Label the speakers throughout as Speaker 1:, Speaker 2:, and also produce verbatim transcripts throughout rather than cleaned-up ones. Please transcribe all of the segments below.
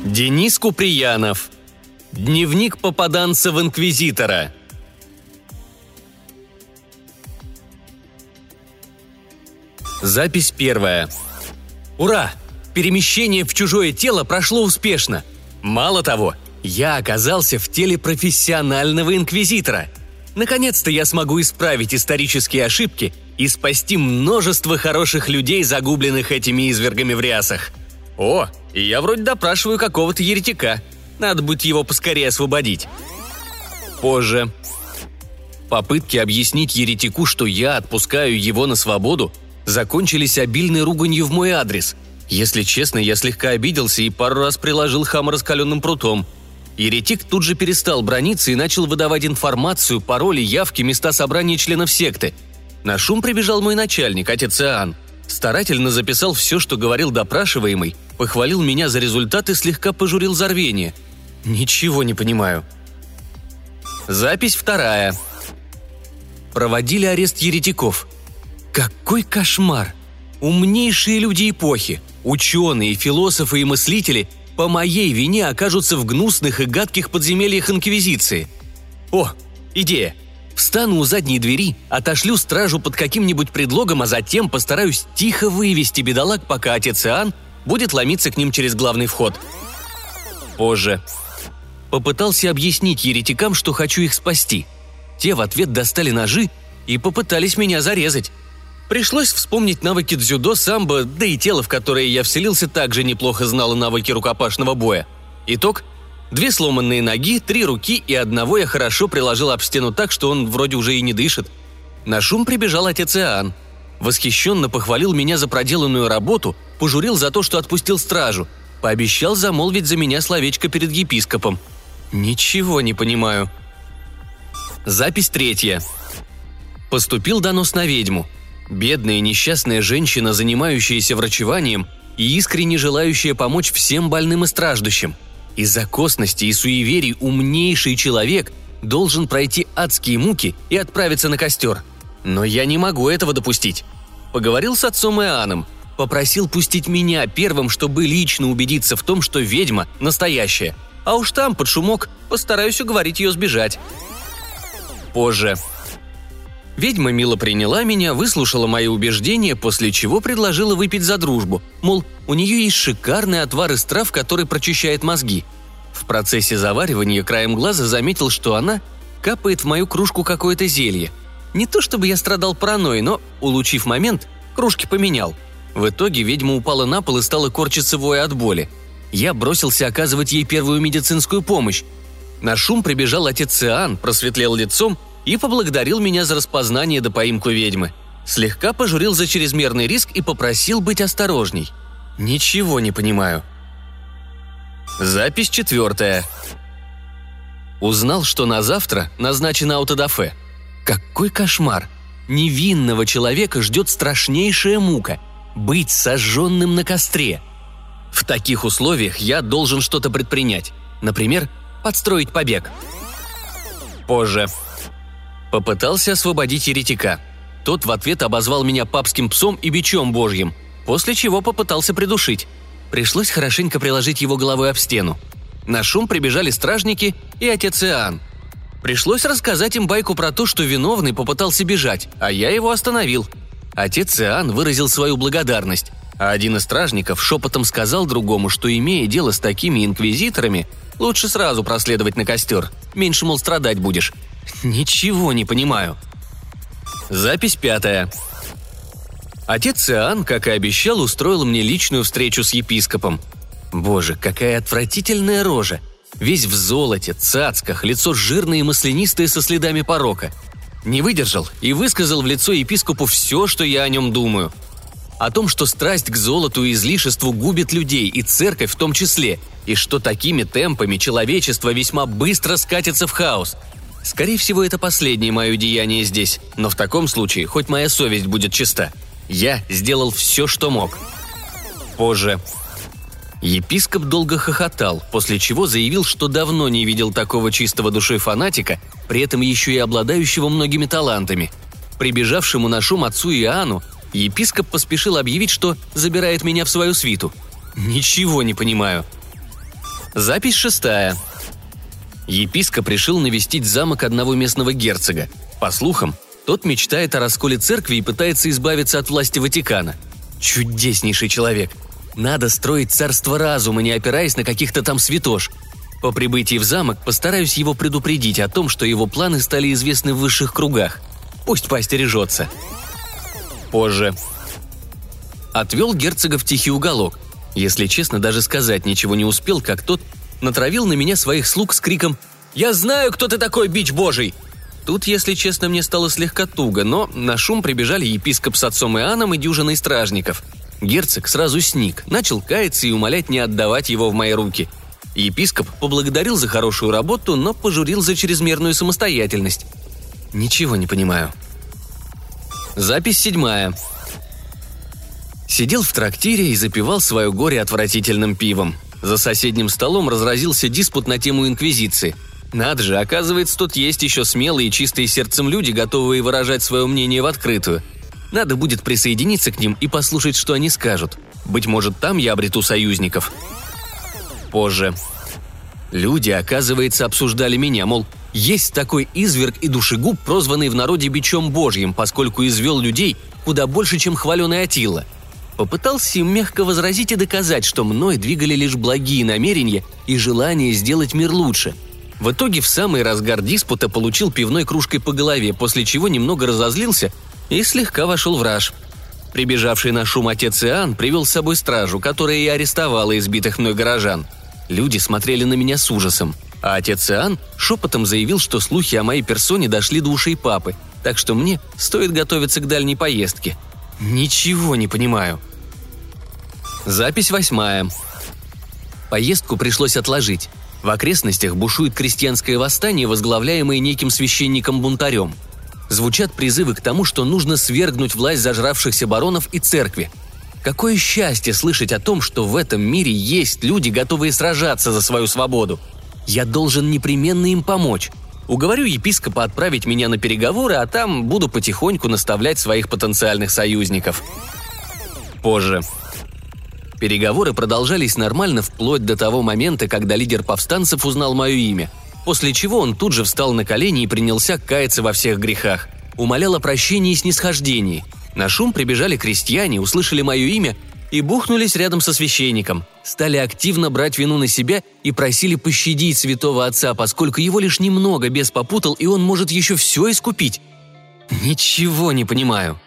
Speaker 1: Денис Куприянов. Дневник попаданца в инквизитора. Запись первая. Ура! Перемещение в чужое тело прошло успешно. Мало того, я оказался в теле профессионального инквизитора. Наконец-то я смогу исправить исторические ошибки и спасти множество хороших людей, загубленных этими извергами в рясах. О, и я вроде допрашиваю какого-то еретика. Надо будет его поскорее освободить. Позже. Попытки объяснить еретику, что я отпускаю его на свободу, закончились обильной руганью в мой адрес. Если честно, я слегка обиделся и пару раз приложил хама раскаленным прутом. Еретик тут же перестал браниться и начал выдавать информацию, пароли, явки, места собрания членов секты. На шум прибежал мой начальник, отец Иоанн. Старательно записал все, что говорил допрашиваемый, похвалил меня за результат и слегка пожурил за рвение. Ничего не понимаю. Запись вторая. Проводили арест еретиков. Какой кошмар! Умнейшие люди эпохи, ученые, философы и мыслители по моей вине окажутся в гнусных и гадких подземельях инквизиции. О, идея! Встану у задней двери, отошлю стражу под каким-нибудь предлогом, а затем постараюсь тихо вывести бедолаг, пока отец Иоанн будет ломиться к ним через главный вход. Позже. Попытался объяснить еретикам, что хочу их спасти. Те в ответ достали ножи и попытались меня зарезать. Пришлось вспомнить навыки дзюдо, самбо, да и тело, в которое я вселился, также неплохо знало навыки рукопашного боя. Итог – две сломанные ноги, три руки и одного я хорошо приложил об стену так, что он вроде уже и не дышит. На шум прибежал отец Иоанн. Восхищенно похвалил меня за проделанную работу, пожурил за то, что отпустил стражу, пообещал замолвить за меня словечко перед епископом. Ничего не понимаю. Запись третья. Поступил донос на ведьму. Бедная несчастная женщина, занимающаяся врачеванием и искренне желающая помочь всем больным и страждущим. Из-за косности и суеверий умнейший человек должен пройти адские муки и отправиться на костер. Но я не могу этого допустить. Поговорил с отцом Иоанном, попросил пустить меня первым, чтобы лично убедиться в том, что ведьма настоящая. А уж там, под шумок, постараюсь уговорить ее сбежать. Позже. Ведьма мило приняла меня, выслушала мои убеждения, после чего предложила выпить за дружбу, мол, у нее есть шикарный отвар из трав, который прочищает мозги. В процессе заваривания краем глаза заметил, что она капает в мою кружку какое-то зелье. Не то чтобы я страдал паранойей, но, улучив момент, кружки поменял. В итоге ведьма упала на пол и стала корчиться воя от боли. Я бросился оказывать ей первую медицинскую помощь. На шум прибежал отец Иоанн, просветлел лицом и поблагодарил меня за распознание до поимку ведьмы. Слегка пожурил за чрезмерный риск и попросил быть осторожней. Ничего не понимаю. Запись четвертая. Узнал, что на завтра назначено аутодафе. Какой кошмар! Невинного человека ждет страшнейшая мука – быть сожженным на костре. В таких условиях я должен что-то предпринять. Например, подстроить побег. Позже. Попытался освободить еретика. Тот в ответ обозвал меня папским псом и бичом божьим, после чего попытался придушить. Пришлось хорошенько приложить его головой об стену. На шум прибежали стражники и отец Иоанн. Пришлось рассказать им байку про то, что виновный попытался бежать, а я его остановил. Отец Иоанн выразил свою благодарность, а один из стражников шепотом сказал другому, что, имея дело с такими инквизиторами, лучше сразу проследовать на костер, меньше, мол, страдать будешь. Ничего не понимаю. Запись пятая. Отец Иоанн, как и обещал, устроил мне личную встречу с епископом. Боже, какая отвратительная рожа. Весь в золоте, цацках, лицо жирное и маслянистое со следами порока. Не выдержал и высказал в лицо епископу все, что я о нем думаю. О том, что страсть к золоту и излишеству губит людей, и церковь в том числе, и что такими темпами человечество весьма быстро скатится в хаос. Скорее всего, это последнее мое деяние здесь, но в таком случае хоть моя совесть будет чиста. Я сделал все, что мог. Позже. Епископ долго хохотал, после чего заявил, что давно не видел такого чистого душой фанатика, при этом еще и обладающего многими талантами. Прибежавшему на шум отцу Иоанну епископ поспешил объявить, что забирает меня в свою свиту. Ничего не понимаю. Запись шестая. Епископ решил навестить замок одного местного герцога. По слухам, тот мечтает о расколе церкви и пытается избавиться от власти Ватикана. Чудеснейший человек. Надо строить царство разума, не опираясь на каких-то там святош. По прибытии в замок постараюсь его предупредить о том, что его планы стали известны в высших кругах. Пусть поостережется. Позже. Отвел герцога в тихий уголок. Если честно, даже сказать ничего не успел, как тот натравил на меня своих слуг с криком «Я знаю, кто ты такой, бич божий!». Тут, если честно, мне стало слегка туго, но на шум прибежали епископ с отцом Иоанном и дюжиной стражников. Герцог сразу сник, начал каяться и умолять не отдавать его в мои руки. Епископ поблагодарил за хорошую работу, но пожурил за чрезмерную самостоятельность. Ничего не понимаю. Запись седьмая. Сидел в трактире и запивал свое горе отвратительным пивом. За соседним столом разразился диспут на тему инквизиции. Надо же, оказывается, тут есть еще смелые и чистые сердцем люди, готовые выражать свое мнение в открытую. Надо будет присоединиться к ним и послушать, что они скажут. Быть может, там я обрету союзников. Позже. Люди, оказывается, обсуждали меня, мол, есть такой изверг и душегуб, прозванный в народе бичом божьим, поскольку извел людей куда больше, чем хваленый Аттила. Попытался им мягко возразить и доказать, что мной двигали лишь благие намерения и желание сделать мир лучше. В итоге в самый разгар диспута получил пивной кружкой по голове, после чего немного разозлился и слегка вошел в раж. Прибежавший на шум отец Иоанн привел с собой стражу, которая и арестовала избитых мной горожан. Люди смотрели на меня с ужасом, а отец Иоанн шепотом заявил, что слухи о моей персоне дошли до ушей папы, так что мне стоит готовиться к дальней поездке. Ничего не понимаю. Запись восьмая. Поездку пришлось отложить. В окрестностях бушует крестьянское восстание, возглавляемое неким священником-бунтарем. Звучат призывы к тому, что нужно свергнуть власть зажравшихся баронов и церкви. Какое счастье слышать о том, что в этом мире есть люди, готовые сражаться за свою свободу. Я должен непременно им помочь. Уговорю епископа отправить меня на переговоры, а там буду потихоньку наставлять своих потенциальных союзников. Позже. Переговоры продолжались нормально вплоть до того момента, когда лидер повстанцев узнал мое имя, после чего он тут же встал на колени и принялся каяться во всех грехах. Умолял о прощении и снисхождении. На шум прибежали крестьяне, услышали мое имя и бухнулись рядом со священником. Стали активно брать вину на себя и просили пощадить святого отца, поскольку его лишь немного бес попутал, и он может еще все искупить. Ничего не понимаю.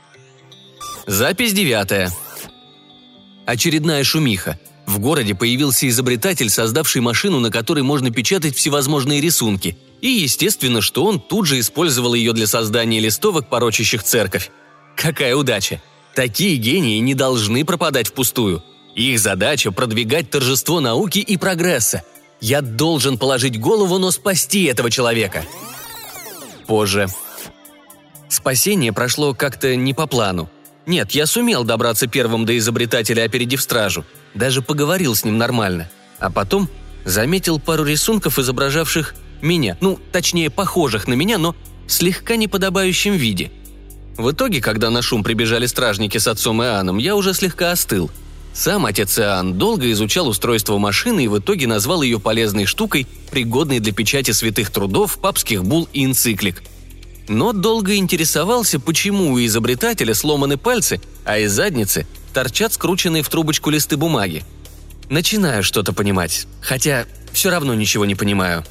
Speaker 1: Запись девятая. Очередная шумиха. В городе появился изобретатель, создавший машину, на которой можно печатать всевозможные рисунки. И естественно, что он тут же использовал ее для создания листовок, порочащих церковь. Какая удача! Такие гении не должны пропадать впустую. Их задача – продвигать торжество науки и прогресса. Я должен положить голову, но спасти этого человека. Позже. Спасение прошло как-то не по плану. Нет, я сумел добраться первым до изобретателя, опередив стражу. Даже поговорил с ним нормально. А потом заметил пару рисунков, изображавших меня. Ну, точнее, похожих на меня, но в слегка неподобающем виде. В итоге, когда на шум прибежали стражники с отцом Иоанном, я уже слегка остыл. Сам отец Иоанн долго изучал устройство машины и в итоге назвал ее полезной штукой, пригодной для печати святых трудов, папских булл и энциклик. Но долго интересовался, почему у изобретателя сломаны пальцы, а из задницы торчат скрученные в трубочку листы бумаги. Начинаю что-то понимать, хотя все равно ничего не понимаю.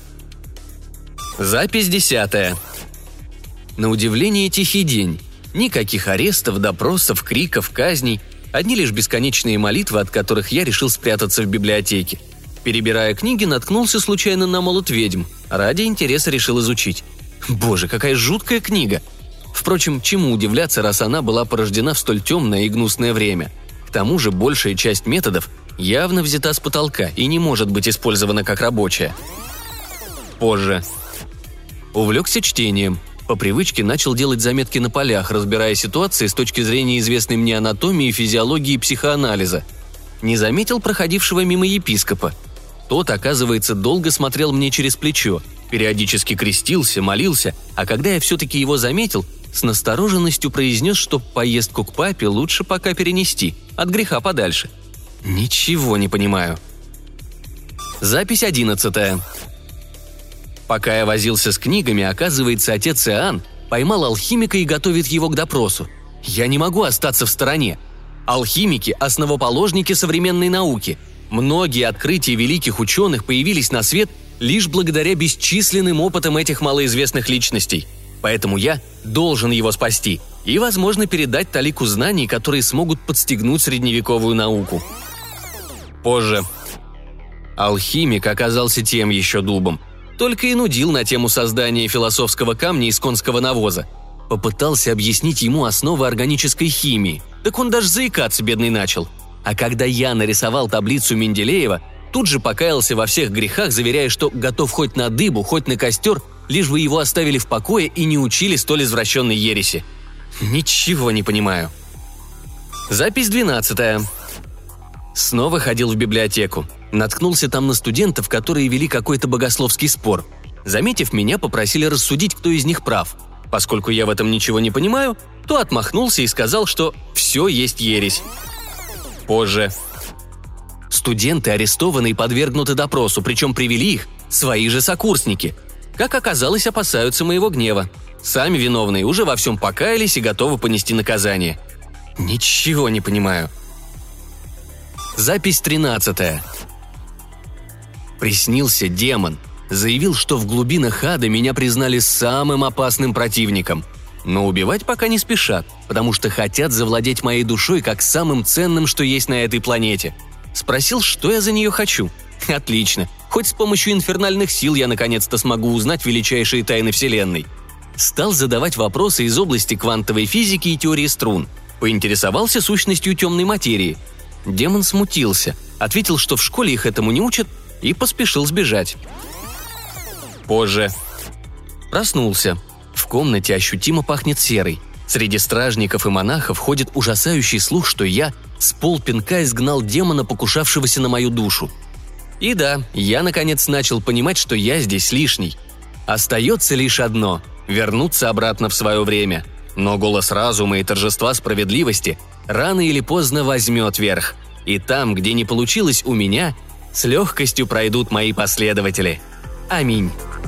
Speaker 1: Запись десятая. На удивление тихий день. Никаких арестов, допросов, криков, казней. Одни лишь бесконечные молитвы, от которых я решил спрятаться в библиотеке. Перебирая книги, наткнулся случайно на «Молот ведьм». Ради интереса решил изучить. Боже, какая жуткая книга! Впрочем, чему удивляться, раз она была порождена в столь темное и гнусное время? К тому же большая часть методов явно взята с потолка и не может быть использована как рабочая. Позже. Увлекся чтением. По привычке начал делать заметки на полях, разбирая ситуации с точки зрения известной мне анатомии, физиологии и психоанализа. Не заметил проходившего мимо епископа. Тот, оказывается, долго смотрел мне через плечо, периодически крестился, молился, а когда я все-таки его заметил, с настороженностью произнес, что поездку к папе лучше пока перенести, от греха подальше. Ничего не понимаю. Запись одиннадцатая. Пока я возился с книгами, оказывается, отец Иоанн поймал алхимика и готовит его к допросу. Я не могу остаться в стороне. Алхимики – основоположники современной науки. Многие открытия великих ученых появились на свет лишь благодаря бесчисленным опытам этих малоизвестных личностей. Поэтому я должен его спасти и, возможно, передать талику знаний, которые смогут подстегнуть средневековую науку. Позже. Алхимик оказался тем еще дубом. Только и нудил на тему создания философского камня из конского навоза. Попытался объяснить ему основы органической химии. Так он даже заикаться бедный начал. А когда я нарисовал таблицу Менделеева, тут же покаялся во всех грехах, заверяя, что готов хоть на дыбу, хоть на костер, лишь бы его оставили в покое и не учили столь извращенной ереси. Ничего не понимаю. Запись двенадцатая. Снова ходил в библиотеку. Наткнулся там на студентов, которые вели какой-то богословский спор. Заметив меня, попросили рассудить, кто из них прав. Поскольку я в этом ничего не понимаю, то отмахнулся и сказал, что все есть ересь. Позже. Студенты арестованы и подвергнуты допросу, причем привели их свои же сокурсники. Как оказалось, опасаются моего гнева. Сами виновные уже во всем покаялись и готовы понести наказание. Ничего не понимаю. Запись тринадцатая. Приснился демон. Заявил, что в глубинах ада меня признали самым опасным противником. Но убивать пока не спешат, потому что хотят завладеть моей душой как самым ценным, что есть на этой планете. Спросил, что я за нее хочу. Отлично. Хоть с помощью инфернальных сил я наконец-то смогу узнать величайшие тайны Вселенной. Стал задавать вопросы из области квантовой физики и теории струн. Поинтересовался сущностью темной материи. Демон смутился, ответил, что в школе их этому не учат, и поспешил сбежать. Позже. Проснулся. В комнате ощутимо пахнет серой. Среди стражников и монахов ходит ужасающий слух, что я с полпинка изгнал демона, покушавшегося на мою душу. И да, я наконец начал понимать, что я здесь лишний. Остается лишь одно – вернуться обратно в свое время. Но голос разума и торжества справедливости рано или поздно возьмет верх. И там, где не получилось у меня, с легкостью пройдут мои последователи. Аминь.